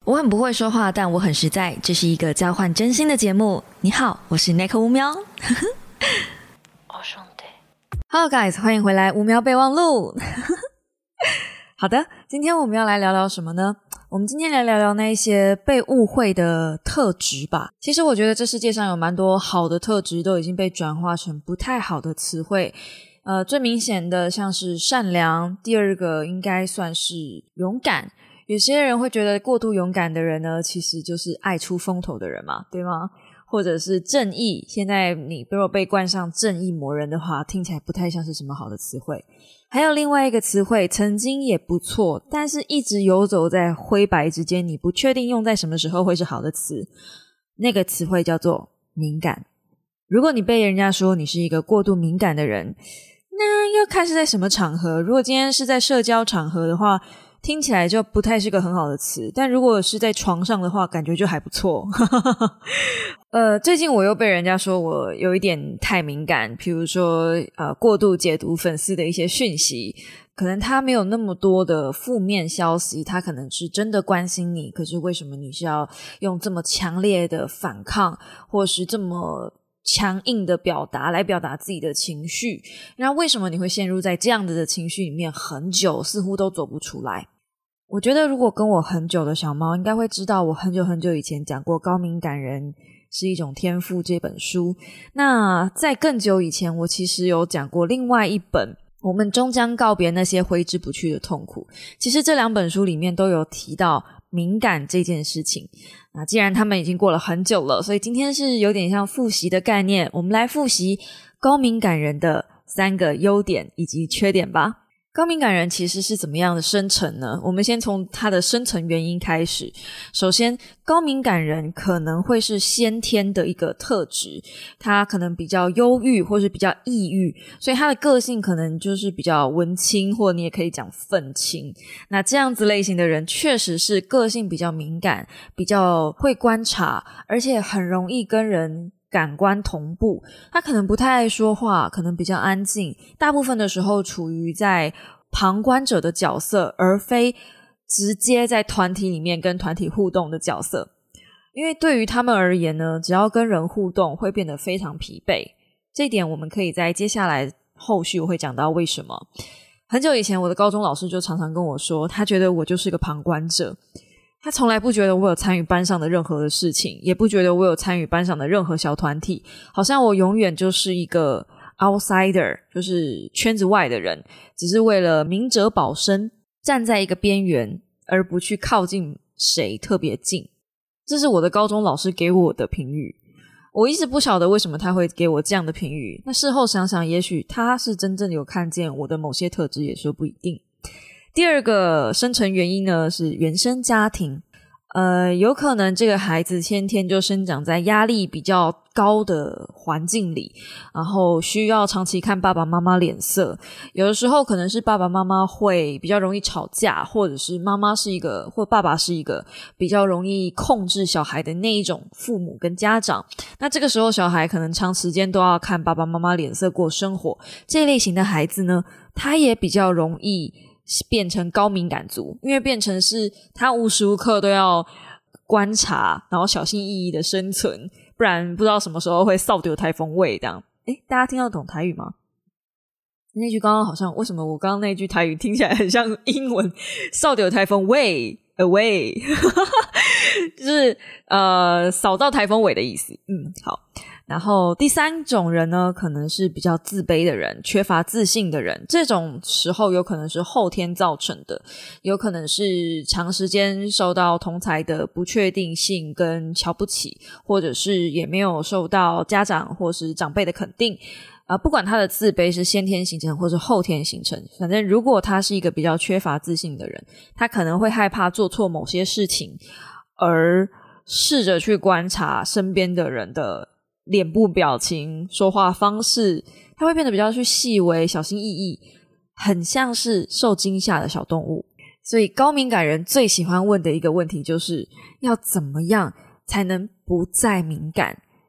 我很不会说话，但我很实在。这是一个交换真心的节目。你好，我是 Nick 吴喵。Hello guys， 欢迎回来吴喵备忘录。好的，今天我们要来聊聊什么呢？我们今天来聊聊那一些被误会的特质吧。其实我觉得这世界上有蛮多好的特质都已经被转化成不太好的词汇。最明显的像是善良，第二个应该算是勇敢。有些人会觉得过度勇敢的人呢，其实就是爱出风头的人嘛，对吗？或者是正义，现在你如果被冠上正义魔人的话，听起来不太像是什么好的词汇。还有另外一个词汇曾经也不错，但是一直游走在灰白之间，你不确定用在什么时候会是好的词。那个词汇叫做敏感。如果你被人家说你是一个过度敏感的人，那要看是在什么场合。如果今天是在社交场合的话，听起来就不太是个很好的词，但如果是在床上的话，感觉就还不错。最近我又被人家说我有一点太敏感，比如说过度解读粉丝的一些讯息，可能他没有那么多的负面消息，他可能是真的关心你，可是为什么你是要用这么强烈的反抗，或是这么强硬的表达来表达自己的情绪？那为什么你会陷入在这样的情绪里面很久，似乎都走不出来？我觉得如果跟我很久的小猫应该会知道，我很久很久以前讲过《高敏感人是一种天赋》这本书。那在更久以前，我其实有讲过另外一本我们终将告别那些挥之不去的痛苦。其实这两本书里面都有提到敏感这件事情。那既然他们已经过了很久了，所以今天是有点像复习的概念，我们来复习高敏感人的3个优点以及缺点吧。高敏感人其实是怎么样的生成呢？我们先从它的生成原因开始。首先，高敏感人可能会是先天的一个特质，他可能比较忧郁或是比较抑郁，所以他的个性可能就是比较文青，或你也可以讲愤青。那这样子类型的人确实是个性比较敏感，比较会观察，而且很容易跟人感官同步。他可能不太爱说话，可能比较安静，大部分的时候处于在旁观者的角色，而非直接在团体里面跟团体互动的角色。因为对于他们而言呢，只要跟人互动会变得非常疲惫，这一点我们可以在接下来后续我会讲到为什么。很久以前我的高中老师就常常跟我说，他觉得我就是个旁观者，他从来不觉得我有参与班上的任何的事情，也不觉得我有参与班上的任何小团体，好像我永远就是一个 outsider， 就是圈子外的人，只是为了明哲保身，站在一个边缘，而不去靠近谁特别近。这是我的高中老师给我的评语。我一直不晓得为什么他会给我这样的评语，那事后想想，也许他是真正有看见我的某些特质，也说不一定。第二个生成原因呢是原生家庭。有可能这个孩子先天就生长在压力比较高的环境里，然后需要长期看爸爸妈妈脸色。有的时候可能是爸爸妈妈会比较容易吵架，或者是妈妈是一个或爸爸是一个比较容易控制小孩的那一种父母跟家长。那这个时候小孩可能长时间都要看爸爸妈妈脸色过生活。这类型的孩子呢，他也比较容易变成高敏感族，因为变成是他无时无刻都要观察，然后小心翼翼的生存，不然不知道什么时候会扫丢台风味这样。大家听得懂台语吗？那句刚刚好像为什么我刚刚那句台语听起来很像英文，扫丢台风way away 就是扫到台风尾的意思。好。然后第三种人呢，可能是比较自卑的人，缺乏自信的人。这种时候有可能是后天造成的，有可能是长时间受到同侪的不确定性跟瞧不起，或者是也没有受到家长或是长辈的肯定。不管他的自卑是先天形成或是后天形成，反正如果他是一个比较缺乏自信的人，他可能会害怕做错某些事情，而试着去观察身边的人的脸部表情、说话方式，他会变得比较去细微、小心翼翼，很像是受惊吓的小动物。所以高敏感人最喜欢问的一个问题就是，要怎么样才能不再敏感？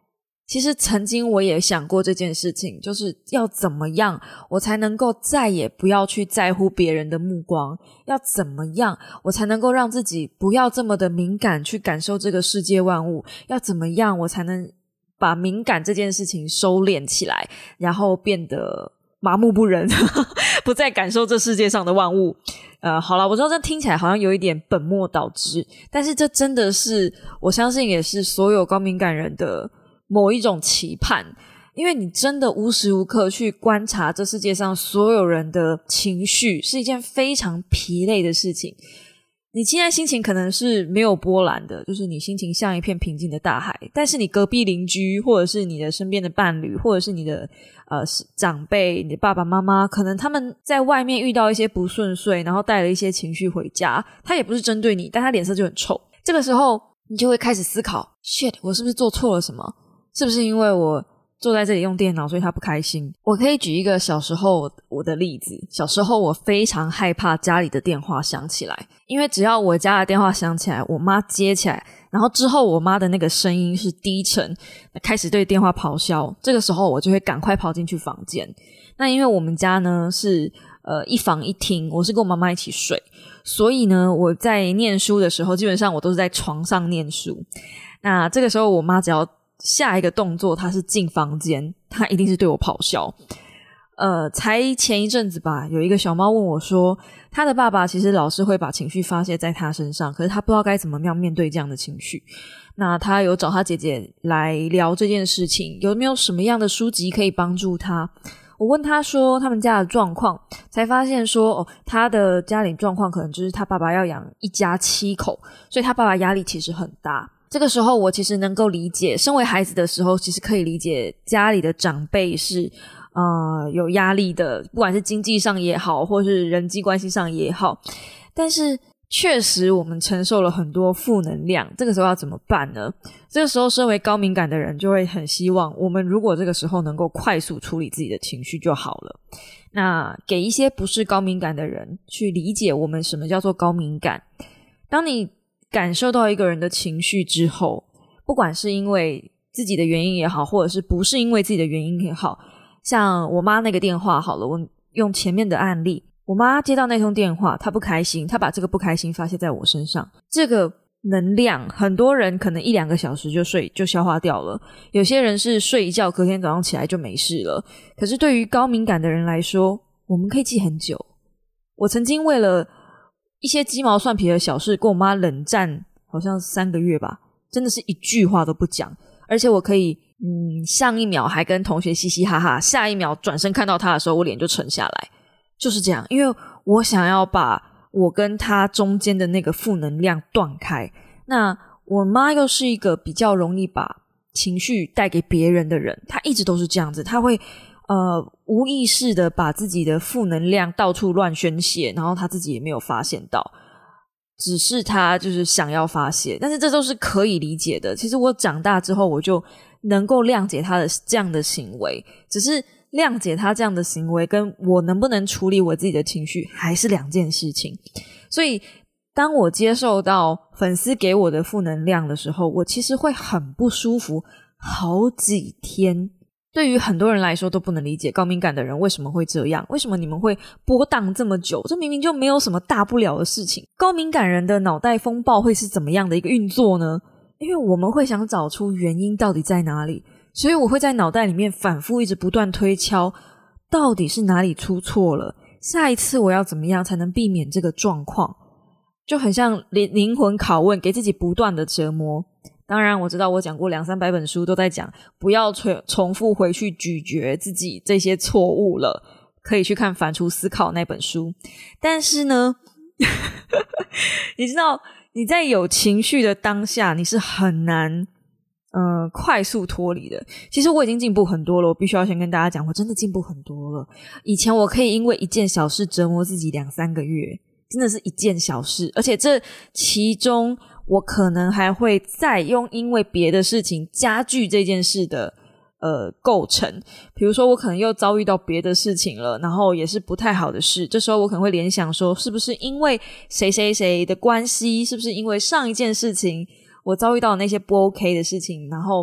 其实曾经我也想过这件事情，就是要怎么样我才能够再也不要去在乎别人的目光，要怎么样我才能够让自己不要这么的敏感去感受这个世界万物，要怎么样我才能把敏感这件事情收敛起来，然后变得麻木不仁不再感受这世界上的万物。好啦，我知道这听起来好像有一点本末倒置，但是这真的是我相信也是所有高敏感人的某一种期盼，因为你真的无时无刻去观察这世界上所有人的情绪是一件非常疲累的事情。你现在心情可能是没有波澜的，就是你心情像一片平静的大海，但是你隔壁邻居或者是你的身边的伴侣或者是你的长辈，你的爸爸妈妈，可能他们在外面遇到一些不顺遂，然后带了一些情绪回家，他也不是针对你，但他脸色就很臭。这个时候你就会开始思考 shit 我是不是做错了什么，是不是因为我坐在这里用电脑所以他不开心。我可以举一个小时候我的例子，小时候我非常害怕家里的电话响起来，因为只要我家的电话响起来，我妈接起来，然后之后我妈的那个声音是低沉，开始对电话咆哮，这个时候我就会赶快跑进去房间。那因为我们家呢是一房一厅，我是跟我妈妈一起睡，所以呢我在念书的时候基本上我都是在床上念书。那这个时候我妈只要下一个动作她是进房间，她一定是对我咆哮。才前一阵子吧，有一个小猫问我说，他的爸爸其实老是会把情绪发泄在他身上，可是他不知道该怎么样面对这样的情绪。那他有找他姐姐来聊这件事情，有没有什么样的书籍可以帮助他。我问他说他们家的状况，才发现说他的家里状况可能就是他爸爸要养一家7口，所以他爸爸压力其实很大。这个时候我其实能够理解，身为孩子的时候其实可以理解家里的长辈是有压力的，不管是经济上也好或是人际关系上也好，但是确实我们承受了很多负能量，这个时候要怎么办呢？这个时候身为高敏感的人就会很希望我们如果这个时候能够快速处理自己的情绪就好了。那给一些不是高敏感的人去理解我们什么叫做高敏感。当你感受到一个人的情绪之后，不管是因为自己的原因也好，或者是不是因为自己的原因也好，像我妈那个电话好了，我用前面的案例，我妈接到那通电话，她不开心，她把这个不开心发泄在我身上，这个能量很多人可能1-2个小时就消化掉了，有些人是睡一觉隔天早上起来就没事了。可是对于高敏感的人来说，我们可以记很久。我曾经为了一些鸡毛蒜皮的小事跟我妈冷战好像3个月吧，真的是一句话都不讲，而且我可以上一秒还跟同学嘻嘻哈哈，下一秒转身看到他的时候我脸就沉下来，就是这样。因为我想要把我跟他中间的那个负能量断开。那我妈又是一个比较容易把情绪带给别人的人，她一直都是这样子，她会无意识的把自己的负能量到处乱宣泄，然后她自己也没有发现到，只是她就是想要发泄，但是这都是可以理解的。其实我长大之后我就能够谅解他的这样的行为，只是谅解他这样的行为跟我能不能处理我自己的情绪还是2件事情。所以当我接受到粉丝给我的负能量的时候，我其实会很不舒服好几天。对于很多人来说都不能理解高敏感的人为什么会这样，为什么你们会波荡这么久，这明明就没有什么大不了的事情。高敏感人的脑袋风暴会是怎么样的一个运作呢？因为我们会想找出原因到底在哪里，所以我会在脑袋里面反复一直不断推敲，到底是哪里出错了，下一次我要怎么样才能避免这个状况，就很像灵魂拷问，给自己不断的折磨。当然我知道我讲过200-300本书都在讲不要重复回去咀嚼自己这些错误了，可以去看反刍思考那本书。但是呢你知道你在有情绪的当下你是很难快速脱离的。其实我已经进步很多了，我必须要先跟大家讲我真的进步很多了。以前我可以因为一件小事折磨自己2-3个月，真的是一件小事，而且这其中我可能还会再因为别的事情加剧这件事的构成。比如说我可能又遭遇到别的事情了，然后也是不太好的事，这时候我可能会联想说是不是因为谁谁谁的关系，是不是因为上一件事情我遭遇到那些不 OK 的事情，然后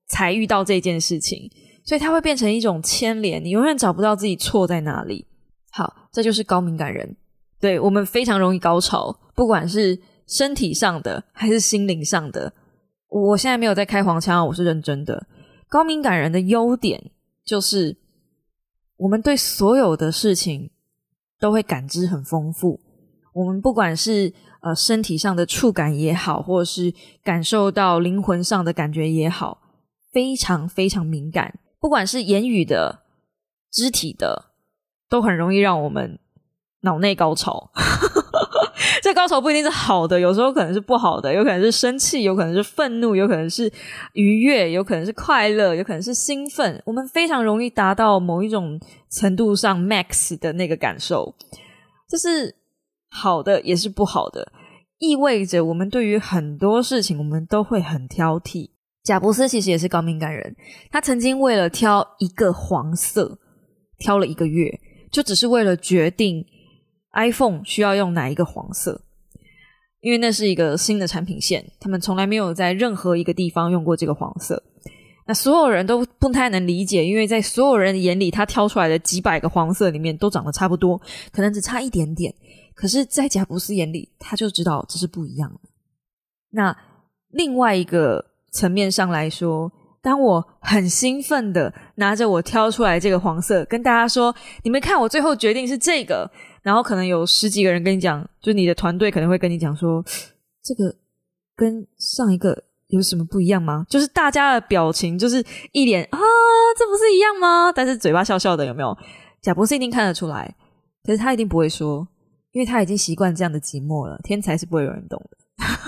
才遇到这件事情，所以它会变成一种牵连，你永远找不到自己错在哪里。好，这就是高敏感人。对，我们非常容易高潮，不管是身体上的还是心灵上的。我现在没有在开黄腔，我是认真的。高敏感人的优点就是我们对所有的事情都会感知很丰富，我们不管是身体上的触感也好，或者是感受到灵魂上的感觉也好，非常非常敏感，不管是言语的肢体的都很容易让我们脑内高潮这高潮不一定是好的，有时候可能是不好的，有可能是生气，有可能是愤怒，有可能是愉悦，有可能是快乐，有可能是兴奋，我们非常容易达到某一种程度上 max 的那个感受，这是好的也是不好的，意味着我们对于很多事情我们都会很挑剔。贾伯斯其实也是高敏感人，他曾经为了挑一个黄色挑了1个月，就只是为了决定 iPhone 需要用哪一个黄色，因为那是一个新的产品线，他们从来没有在任何一个地方用过这个黄色。那所有人都不太能理解，因为在所有人的眼里，他挑出来的几百个黄色里面都长得差不多，可能只差一点点，可是在贾伯斯眼里，他就知道这是不一样的。那另外一个层面上来说，当我很兴奋的拿着我挑出来这个黄色跟大家说，你们看我最后决定是这个，然后可能有10几个人跟你讲，就你的团队可能会跟你讲说，这个跟上一个有什么不一样吗？就是大家的表情就是一脸啊，这不是一样吗？但是嘴巴笑笑的，有没有？贾伯斯一定看得出来，可是他一定不会说，因为他已经习惯这样的寂寞了，天才是不会有人懂的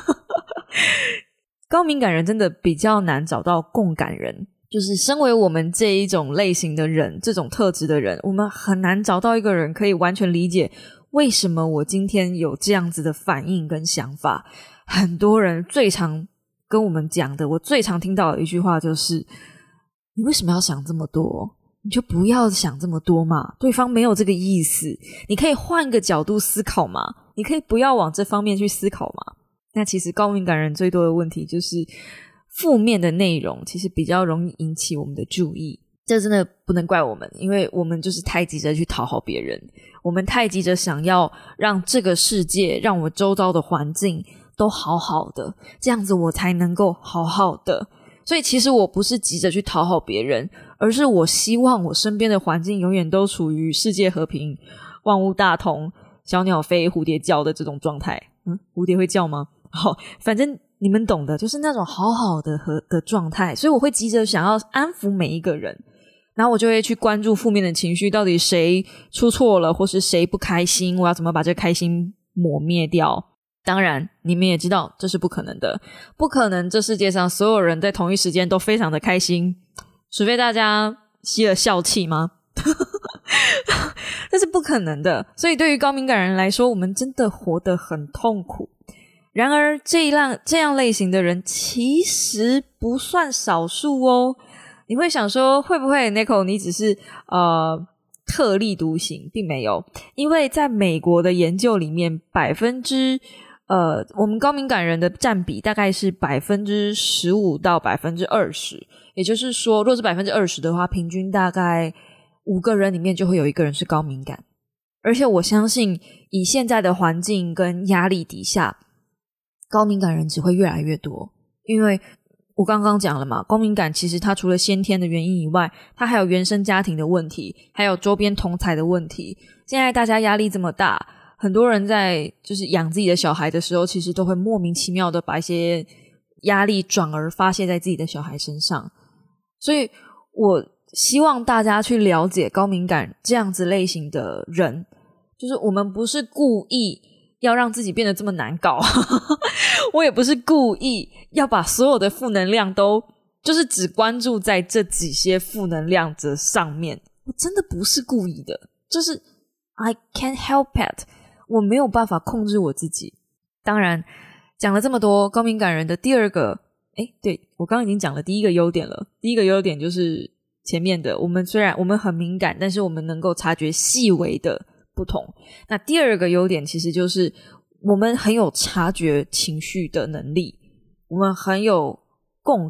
高敏感人真的比较难找到共感人，就是身为我们这一种类型的人，这种特质的人，我们很难找到一个人可以完全理解为什么我今天有这样子的反应跟想法。很多人最常跟我们讲的，我最常听到的一句话就是你为什么要想这么多？你就不要想这么多嘛，对方没有这个意思，你可以换个角度思考嘛，你可以不要往这方面去思考嘛。那其实高敏感人最多的问题就是负面的内容其实比较容易引起我们的注意，这真的不能怪我们，因为我们就是太急着去讨好别人，我们太急着想要让这个世界，让我周遭的环境都好好的，这样子我才能够好好的。所以其实我不是急着去讨好别人，而是我希望我身边的环境永远都处于世界和平，万物大同，小鸟飞，蝴蝶叫的这种状态。蝴蝶会叫吗？好，反正你们懂的，就是那种好好的状态，所以我会急着想要安抚每一个人，然后我就会去关注负面的情绪，到底谁出错了，或是谁不开心，我要怎么把这个开心抹灭掉。当然你们也知道这是不可能的，不可能这世界上所有人在同一时间都非常的开心，除非大家吸了笑气吗这是不可能的。所以对于高敏感人来说，我们真的活得很痛苦。然而这样类型的人其实不算少数哦。你会想说会不会 Nicole 你只是特立独行，并没有，因为在美国的研究里面我们高敏感人的占比大概是 15% 到 20%， 也就是说若是 20% 的话，平均大概5个人里面就会有1个人是高敏感。而且我相信以现在的环境跟压力底下，高敏感人只会越来越多，因为我刚刚讲了嘛，高敏感其实它除了先天的原因以外，它还有原生家庭的问题，还有周边同侪的问题。现在大家压力这么大，很多人在就是养自己的小孩的时候，其实都会莫名其妙的把一些压力转而发泄在自己的小孩身上。所以我希望大家去了解高敏感这样子类型的人，就是我们不是故意要让自己变得这么难搞我也不是故意要把所有的负能量都就是只关注在这几些负能量的上面，我真的不是故意的，就是 I can't help it， 我没有办法控制我自己。当然讲了这么多高敏感人的第二个对，我刚刚已经讲了第一个优点了，第一个优点就是前面的，虽然我们很敏感，但是我们能够察觉细微的不同。那第二个优点其实就是我们很有察觉情绪的能力，我们很有共感，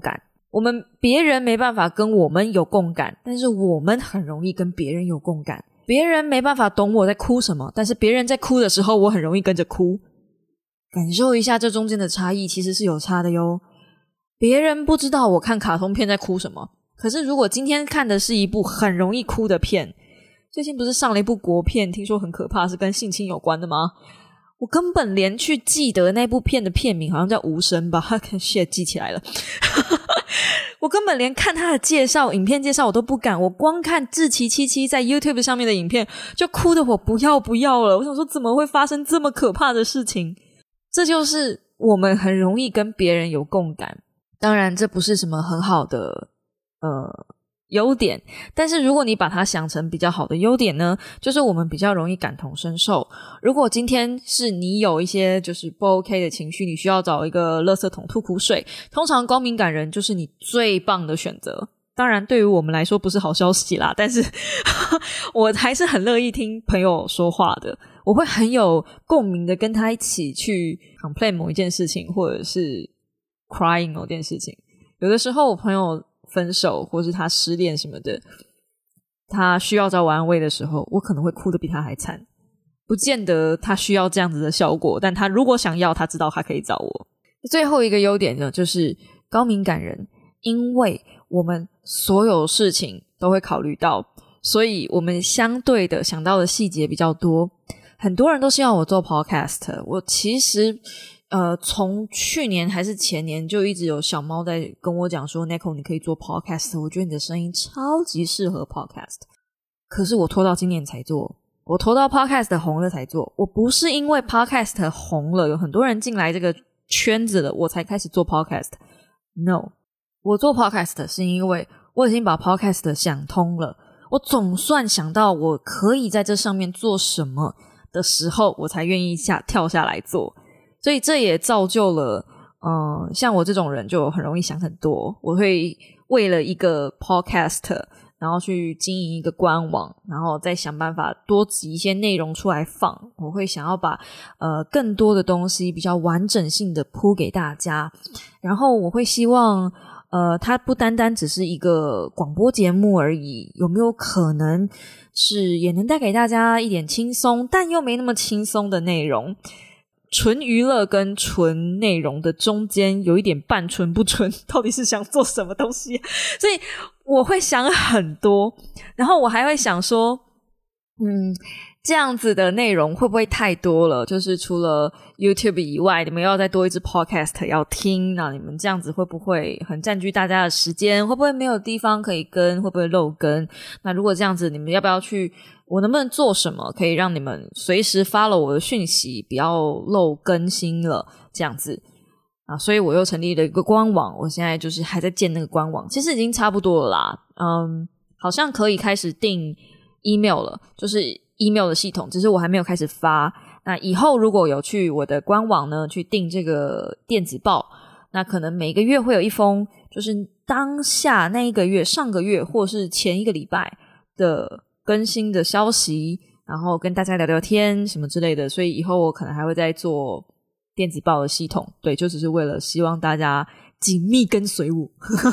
别人没办法跟我们有共感，但是我们很容易跟别人有共感。别人没办法懂我在哭什么，但是别人在哭的时候我很容易跟着哭。感受一下这中间的差异，其实是有差的哟。别人不知道我看卡通片在哭什么，可是如果今天看的是一部很容易哭的片，最近不是上了一部国片，听说很可怕，是跟性侵有关的吗？我根本连去记得那部片的片名好像叫无声吧shit 记起来了我根本连看他的介绍影片介绍我都不敢，我光看志祺七七在 YouTube 上面的影片就哭得我不要了。我想说怎么会发生这么可怕的事情。这就是我们很容易跟别人有共感，当然这不是什么很好的优点，但是如果你把它想成比较好的优点呢，就是我们比较容易感同身受。如果今天是你有一些就是不 OK 的情绪，你需要找一个垃圾桶吐苦水，通常高敏感人就是你最棒的选择。当然对于我们来说不是好消息啦，但是我还是很乐意听朋友说话的，我会很有共鸣的跟他一起去 complain 某一件事情，或者是 crying 某件事情。有的时候我朋友分手或是他失恋什么的，他需要找我安慰的时候，我可能会哭得比他还惨。不见得他需要这样子的效果，但他如果想要，他知道他可以找我。最后一个优点呢，就是高敏感人因为我们所有事情都会考虑到，所以我们相对的想到的细节比较多。很多人都希望我做 podcast， 我其实从去年还是前年就一直有小猫在跟我讲说 Neko 你可以做 podcast， 我觉得你的声音超级适合 podcast。 可是我拖到今年才做，我拖到 podcast 红了才做。我不是因为 podcast 红了有很多人进来这个圈子了我才开始做 podcast， No， 我做 podcast 是因为我已经把 podcast 想通了，我总算想到我可以在这上面做什么的时候，我才愿意跳下来做。所以这也造就了像我这种人就很容易想很多，我会为了一个 podcast 然后去经营一个官网，然后再想办法多挤一些内容出来放。我会想要把更多的东西比较完整性的铺给大家，然后我会希望它不单单只是一个广播节目而已，有没有可能是也能带给大家一点轻松但又没那么轻松的内容，纯娱乐跟纯内容的中间有一点半纯不纯，到底是想做什么东西？所以我会想很多，然后我还会想说这样子的内容会不会太多了，就是除了 YouTube 以外你们要再多一支 podcast 要听，那你们这样子会不会很占据大家的时间，会不会没有地方可以跟，会不会漏更？那如果这样子你们要不要去，我能不能做什么可以让你们随时 follow 我的讯息，不要漏更新了这样子啊？所以我又成立了一个官网，我现在就是还在建那个官网，其实已经差不多了啦，好像可以开始订 email 了，就是email 的系统，只是我还没有开始发。那以后如果有去我的官网呢去订这个电子报，那可能每个月会有一封就是当下那一个月上个月或是前一个礼拜的更新的消息，然后跟大家聊聊天什么之类的。所以以后我可能还会再做电子报的系统，对，就只是为了希望大家紧密跟随我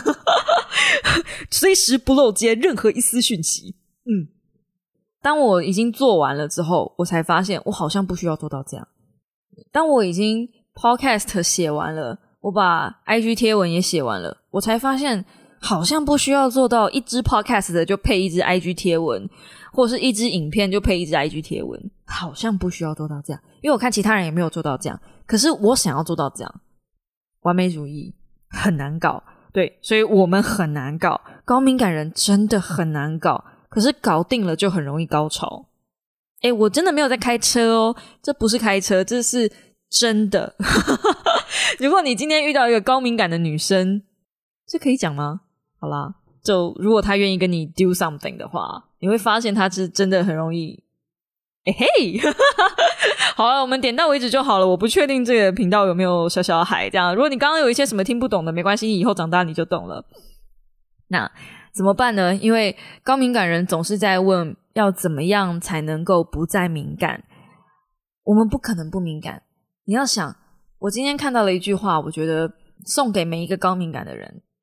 随时不漏接任何一丝讯息。当我已经做完了之后，我才发现我好像不需要做到这样。当我已经 podcast 写完了，我把 IG 贴文也写完了，我才发现好像不需要做到一支 podcast 的就配一支 IG 贴文，或是一支影片就配一支 IG 贴文，好像不需要做到这样。因为我看其他人也没有做到这样，可是我想要做到这样。完美主义很难搞，对，所以我们很难搞，高敏感人真的很难搞，可是搞定了就很容易高潮。我真的没有在开车哦，这不是开车，这是真的如果你今天遇到一个高敏感的女生，这可以讲吗？好啦，就如果她愿意跟你 do something 的话，你会发现她是真的很容易嘿好了，我们点到为止就好了，我不确定这个频道有没有小小海这样，如果你刚刚有一些什么听不懂的没关系，以后长大你就懂了。那怎么办呢？因为高敏感人总是在问要怎么样才能够不再敏感。我们不可能不敏感，你要想，我今天看到了一句话，我觉得送给每一个高敏感的人，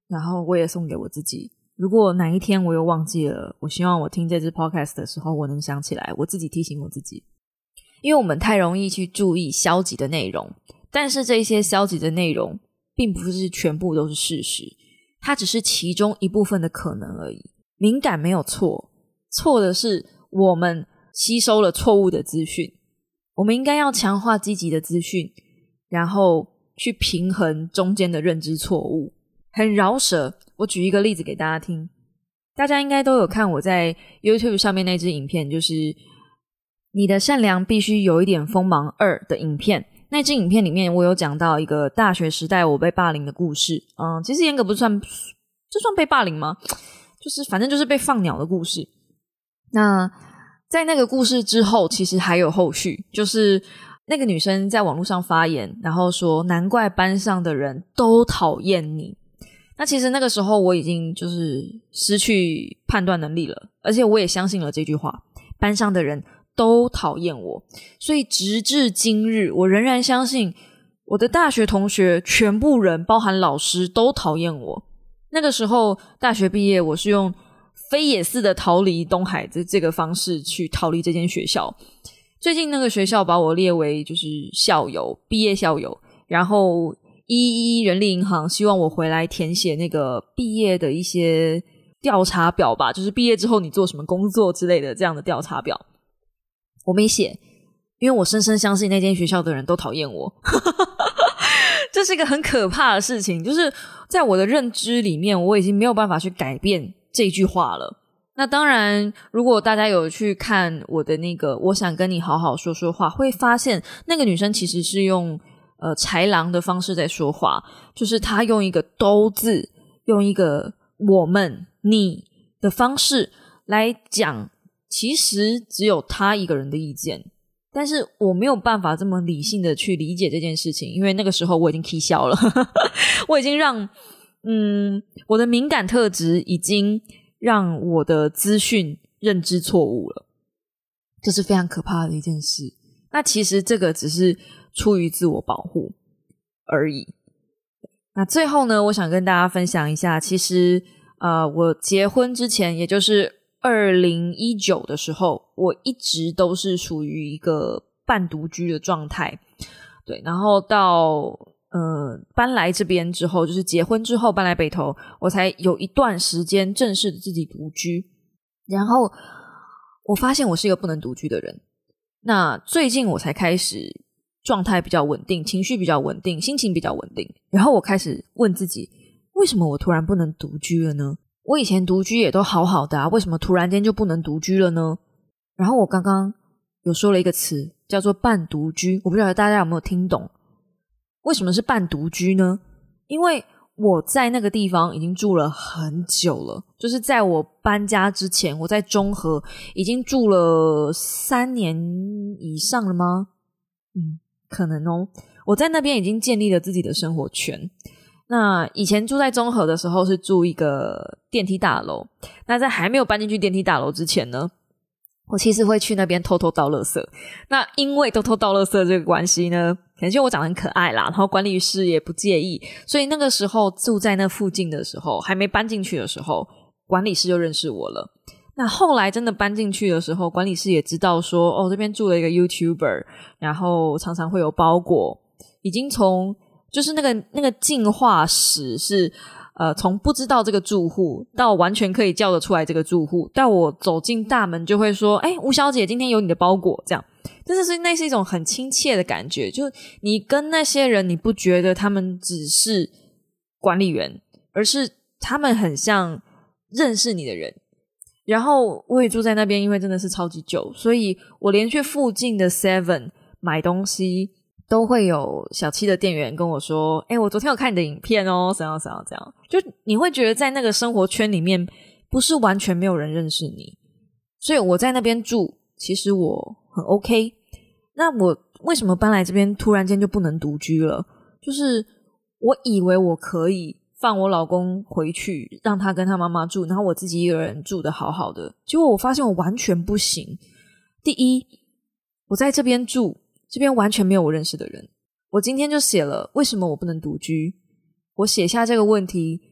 然后我也送给我自己。如果哪一天我又忘记了，我希望我听这支 podcast 的时候我能想起来，我自己提醒我自己。因为我们太容易去注意消极的内容，但是这些消极的内容并不是全部都是事实，它只是其中一部分的可能而已。敏感没有错，错的是我们吸收了错误的资讯。我们应该要强化积极的资讯，然后去平衡中间的认知错误。很饶舌，我举一个例子给大家听。大家应该都有看我在 YouTube 上面那支影片，就是你的善良必须有一点锋芒2的影片。那支影片里面我有讲到一个大学时代我被霸凌的故事。其实严格不算，这算被霸凌吗？就是反正就是被放鸟的故事。那在那个故事之后其实还有后续，就是那个女生在网络上发言，然后说难怪班上的人都讨厌你。那其实那个时候我已经就是失去判断能力了，而且我也相信了这句话，班上的人都讨厌我。所以直至今日我仍然相信我的大学同学全部人包含老师都讨厌我。那个时候大学毕业，我是用飞也似的逃离东海这个方式去逃离这间学校。最近那个学校把我列为就是校友，毕业校友，然后人力银行希望我回来填写那个毕业的一些调查表吧，就是毕业之后你做什么工作之类的这样的调查表。我没写，因为我深深相信那间学校的人都讨厌我。这是一个很可怕的事情，就是在我的认知里面我已经没有办法去改变这句话了。那当然如果大家有去看我的那个我想跟你好好说说话，会发现那个女生其实是用豺狼的方式在说话，就是她用一个都字，用一个我们你的方式来讲，其实只有她一个人的意见。但是我没有办法这么理性的去理解这件事情，因为那个时候我已经起笑了。我已经让我的敏感特质已经让我的资讯认知错误了，这是非常可怕的一件事。那其实这个只是出于自我保护而已。那最后呢，我想跟大家分享一下，其实我结婚之前，也就是2019的时候，我一直都是属于一个半独居的状态。对，然后到搬来这边之后，就是结婚之后搬来北投，我才有一段时间正式的自己独居。然后我发现我是一个不能独居的人。那最近我才开始状态比较稳定，情绪比较稳定，心情比较稳定。然后我开始问自己，为什么我突然不能独居了呢？我以前独居也都好好的啊，为什么突然间就不能独居了呢？然后我刚刚有说了一个词叫做半独居，我不知道大家有没有听懂。为什么是半独居呢？因为我在那个地方已经住了很久了，就是在我搬家之前，我在中和已经住了3年以上了吗？可能哦。我在那边已经建立了自己的生活圈。那以前住在中和的时候是住一个电梯大楼，那在还没有搬进去电梯大楼之前呢，我其实会去那边偷偷倒垃圾。那因为偷偷倒垃圾这个关系呢，可能就我长得很可爱啦，然后管理室也不介意，所以那个时候住在那附近的时候，还没搬进去的时候，管理室就认识我了。那后来真的搬进去的时候，管理室也知道说这边住了一个 YouTuber， 然后常常会有包裹，已经从就是那个进化史是从不知道这个住户到完全可以叫得出来这个住户，到我走进大门就会说吴小姐今天有你的包裹，这样那是一种很亲切的感觉。就你跟那些人，你不觉得他们只是管理员，而是他们很像认识你的人。然后我也住在那边，因为真的是超级久，所以我连去附近的 Seven 买东西都会有小七的店员跟我说我昨天有看你的影片哦，怎样怎样怎样。就你会觉得在那个生活圈里面不是完全没有人认识你，所以我在那边住其实我很 OK。 那我为什么搬来这边突然间就不能独居了？就是我以为我可以放我老公回去让他跟他妈妈住，然后我自己一个人住得好好的，结果我发现我完全不行。第一，我在这边住，这边完全没有我认识的人。我今天就写了为什么我不能独居，我写下这个问题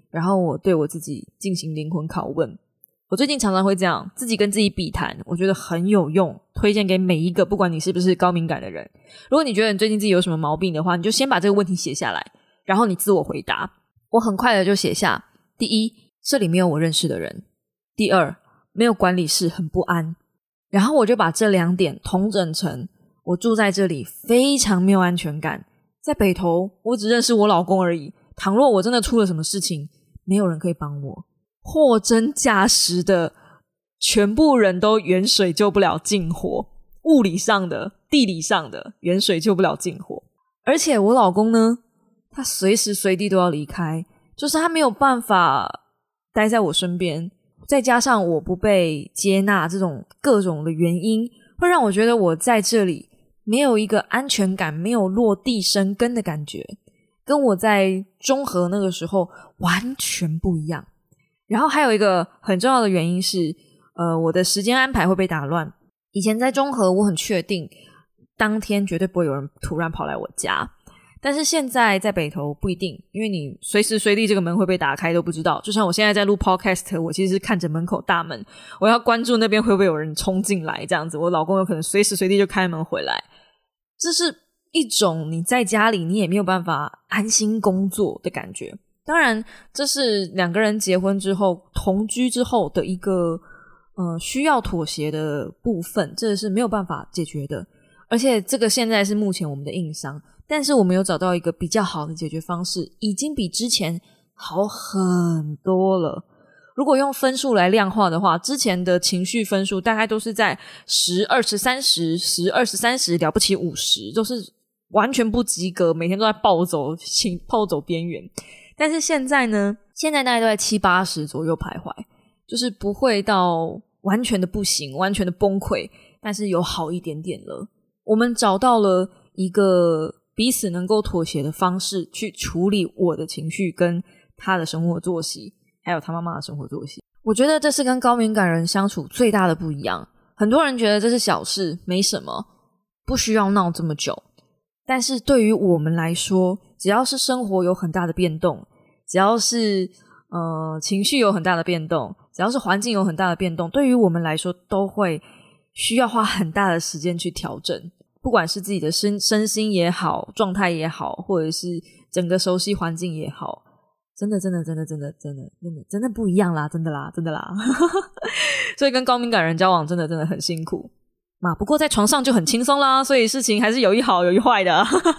然后我对我自己进行灵魂拷问。我最近常常会这样自己跟自己笔谈，我觉得很有用，推荐给每一个不管你是不是高敏感的人。如果你觉得你最近自己有什么毛病的话，你就先把这个问题写下来，然后你自我回答。我很快的就写下：第一，这里没有我认识的人；第二，没有管理室，很不安。然后我就把这2点统整成我住在这里非常没有安全感，在北投我只认识我老公而已，倘若我真的出了什么事情，没有人可以帮我，货真价实的全部人都远水救不了近火，物理上的地理上的远水救不了近火。而且我老公呢，他随时随地都要离开，就是他没有办法待在我身边，再加上我不被接纳，这种各种的原因会让我觉得我在这里没有一个安全感，没有落地生根的感觉，跟我在中和那个时候完全不一样。然后还有一个很重要的原因是我的时间安排会被打乱。以前在中和我很确定当天绝对不会有人突然跑来我家，但是现在在北投不一定，因为你随时随地这个门会被打开都不知道。就像我现在在录 podcast， 我其实是看着门口大门，我要关注那边会不会有人冲进来，这样子我老公有可能随时随地就开门回来。这是一种你在家里你也没有办法安心工作的感觉。当然这是2个人结婚之后同居之后的一个需要妥协的部分，这是没有办法解决的。而且这个现在是目前我们的硬伤，但是我们有找到一个比较好的解决方式，已经比之前好很多了。如果用分数来量化的话，之前的情绪分数大概都是在10、20、30 10、20、30了不起50，都是完全不及格，每天都在暴走边缘。但是现在呢，现在大概都在70、80左右徘徊，就是不会到完全的不行，完全的崩溃，但是有好一点点了。我们找到了一个彼此能够妥协的方式去处理我的情绪跟他的生活作息，还有他妈妈的生活作息。我觉得这是跟高敏感人相处最大的不一样。很多人觉得这是小事，没什么，不需要闹这么久。但是对于我们来说，只要是生活有很大的变动，只要是情绪有很大的变动，只要是环境有很大的变动，对于我们来说都会需要花很大的时间去调整，不管是自己的身心也好，状态也好，或者是整个熟悉环境也好，真的不一样啦，真的啦所以跟高敏感人交往真的很辛苦嘛，不过在床上就很轻松啦，所以事情还是有一好有一坏的好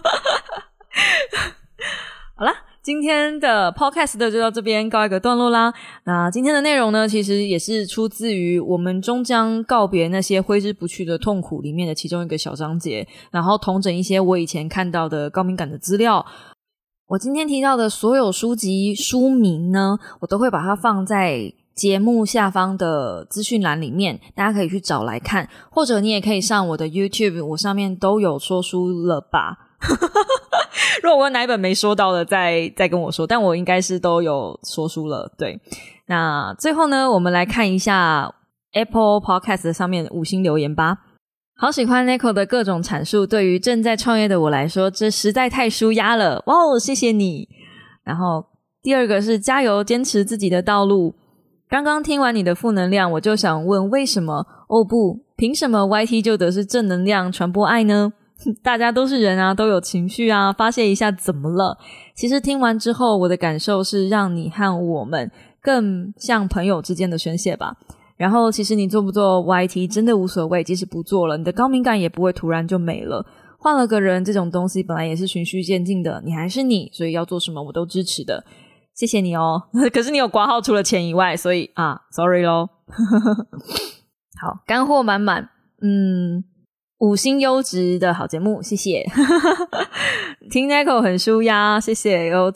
啦，今天的 podcast 就到这边告一个段落啦。那今天的内容呢，其实也是出自于我们终将告别那些挥之不去的痛苦里面的其中一个小章节，然后统整一些我以前看到的高敏感的资料。我今天提到的所有书籍书名呢，我都会把它放在节目下方的资讯栏里面，大家可以去找来看，或者你也可以上我的 YouTube， 我上面都有说书了吧如果我有哪一本没说到的再跟我说，但我应该是都有说书了。对，那最后呢，我们来看一下 Apple Podcast 上面的5星留言吧。好喜欢 Neko 的各种阐述，对于正在创业的我来说，这实在太抒压了，哇哦，谢谢你。然后第二个是加油，坚持自己的道路。刚刚听完你的负能量，我就想问，为什么不凭什么 YT 就得是正能量传播爱呢？大家都是人啊，都有情绪啊，发泄一下怎么了？其实听完之后，我的感受是让你和我们更像朋友之间的宣泄吧。然后其实你做不做 YT 真的无所谓，即使不做了，你的高敏感也不会突然就没了。换了个人，这种东西本来也是循序渐进的，你还是你，所以要做什么我都支持的。谢谢你哦可是你有挂号除了钱以外，所以sorry 咯好，干货满满5星优质的好节目，谢谢听 Neko 很舒压，谢谢，有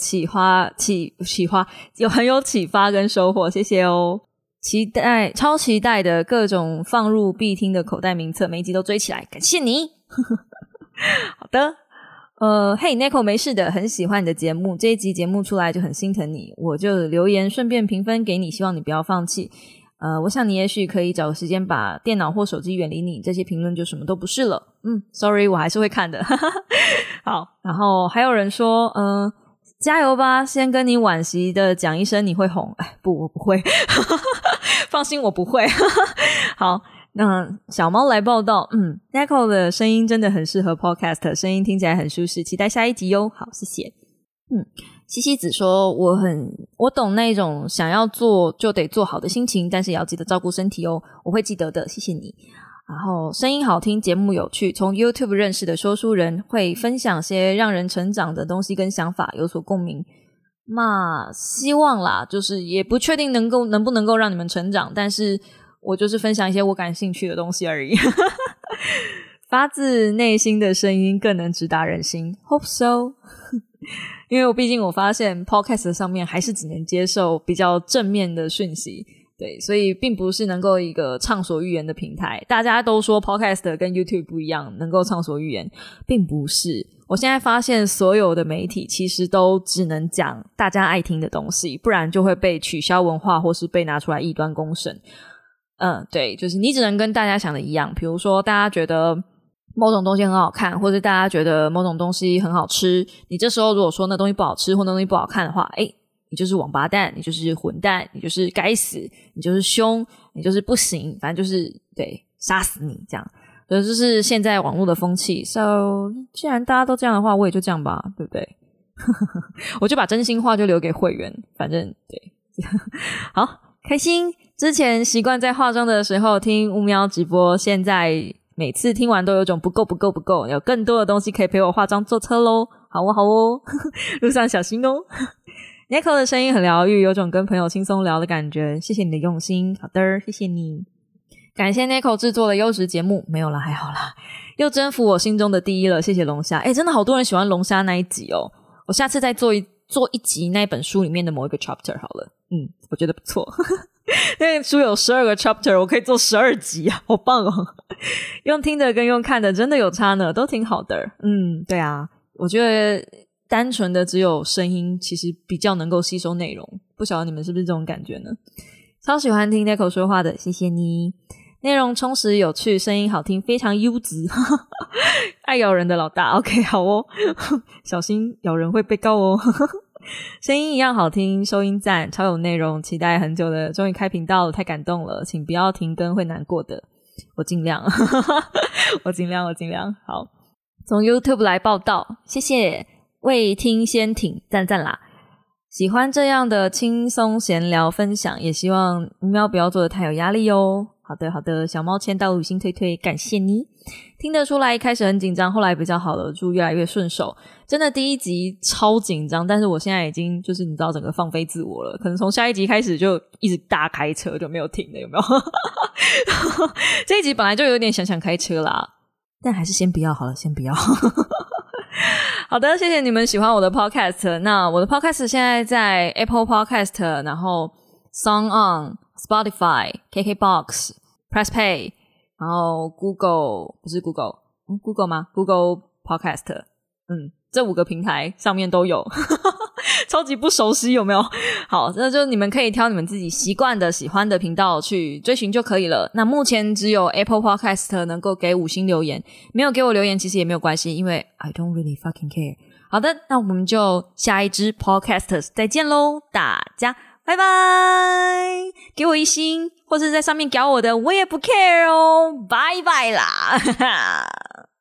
很有启发跟收获，谢谢哦。超期待的各种放入必听的口袋名册，每一集都追起来，感谢你好的嘿 Neko 没事的，很喜欢你的节目，这一集节目出来就很心疼你，我就留言顺便评分给你，希望你不要放弃。我想你也许可以找个时间把电脑或手机远离你，这些评论就什么都不是了。sorry 我还是会看的好，然后还有人说加油吧，先跟你惋惜的讲一声你会红。不，我不会。放心，我不会。好，那小猫来报道Neko 的声音真的很适合 podcast， 声音听起来很舒适，期待下一集哟。好，谢谢。西西子说我懂那种想要做就得做好的心情，但是也要记得照顾身体哦，我会记得的，谢谢你。然后声音好听，节目有趣，从 YouTube 认识的说书人会分享些让人成长的东西跟想法，有所共鸣。那希望啦，就是也不确定能不能够让你们成长，但是我就是分享一些我感兴趣的东西而已。发自内心的声音更能直达人心 Hope so 因为毕竟我发现 Podcast 上面还是只能接受比较正面的讯息，对，所以并不是能够一个畅所欲言的平台。大家都说 Podcast 跟 YouTube 不一样，能够畅所欲言，并不是。我现在发现所有的媒体其实都只能讲大家爱听的东西，不然就会被取消文化或是被拿出来异端公审。对，就是你只能跟大家想的一样，比如说大家觉得某种东西很好看，或者大家觉得某种东西很好吃，你这时候如果说那东西不好吃或那东西不好看的话，你就是王八蛋，你就是混蛋，你就是该死，你就是凶，你就是不行，反正就是对，杀死你这样。所以这是现在网络的风气。So 既然大家都这样的话，我也就这样吧，对不对？我就把真心话就留给会员，反正对。好，开心。之前习惯在化妆的时候听乌喵直播，现在每次听完都有种不够，有更多的东西可以陪我化妆坐车咯。好哦好哦，路上小心哦。Neko 的声音很疗愈，有种跟朋友轻松聊的感觉，谢谢你的用心。好的，谢谢你。感謝 Neko 制作的优质节目，没有啦，还好啦，又征服我心中的第一了，谢谢龙虾。真的好多人喜欢龙虾那一集哦，我下次再做一集那本书里面的某一个 chapter 好了。我觉得不错。那个书有12个 chapter， 我可以做12集啊，好棒哦。用听的跟用看的真的有差呢，都挺好的。对啊，我觉得单纯的只有声音其实比较能够吸收内容，不晓得你们是不是这种感觉呢？超喜欢听 Neko 说话的，谢谢你。内容充实有趣，声音好听，非常优质。爱咬人的老大 OK 好哦。小心咬人会被告哦。声音一样好听，收音赞，超有内容，期待很久的终于开频道了，太感动了，请不要停更会难过的，我尽量。我尽量。好，从 YouTube 来报道，谢谢未听先挺，赞啦。喜欢这样的轻松闲聊分享，也希望乌喵不要做得太有压力哦。好的，小猫签到5星推，感谢你。听得出来一开始很紧张，后来比较好了，祝越来越顺手。真的第一集超紧张，但是我现在已经就是你知道整个放飞自我了，可能从下一集开始就一直大开车就没有停了，有没有？这一集本来就有点想开车啦，但还是先不要好了，先不要。好的，谢谢你们喜欢我的 podcast。 那我的 podcast 现在在 Apple Podcast， 然后 Song On、Spotify、 KKBOX、 Press Play， 然后 Google 不是 Google 吗？ Google Podcast， 这5个平台上面都有。超级不熟悉有没有？好，那就你们可以挑你们自己习惯的喜欢的频道去追寻就可以了。那目前只有 Apple Podcast 能够给5星留言，没有给我留言其实也没有关系，因为 I don't really fucking care。 好的，那我们就下一支 Podcast 再见咯，大家拜拜。给我1星或是在上面搞我的我也不 care 哦，拜拜啦。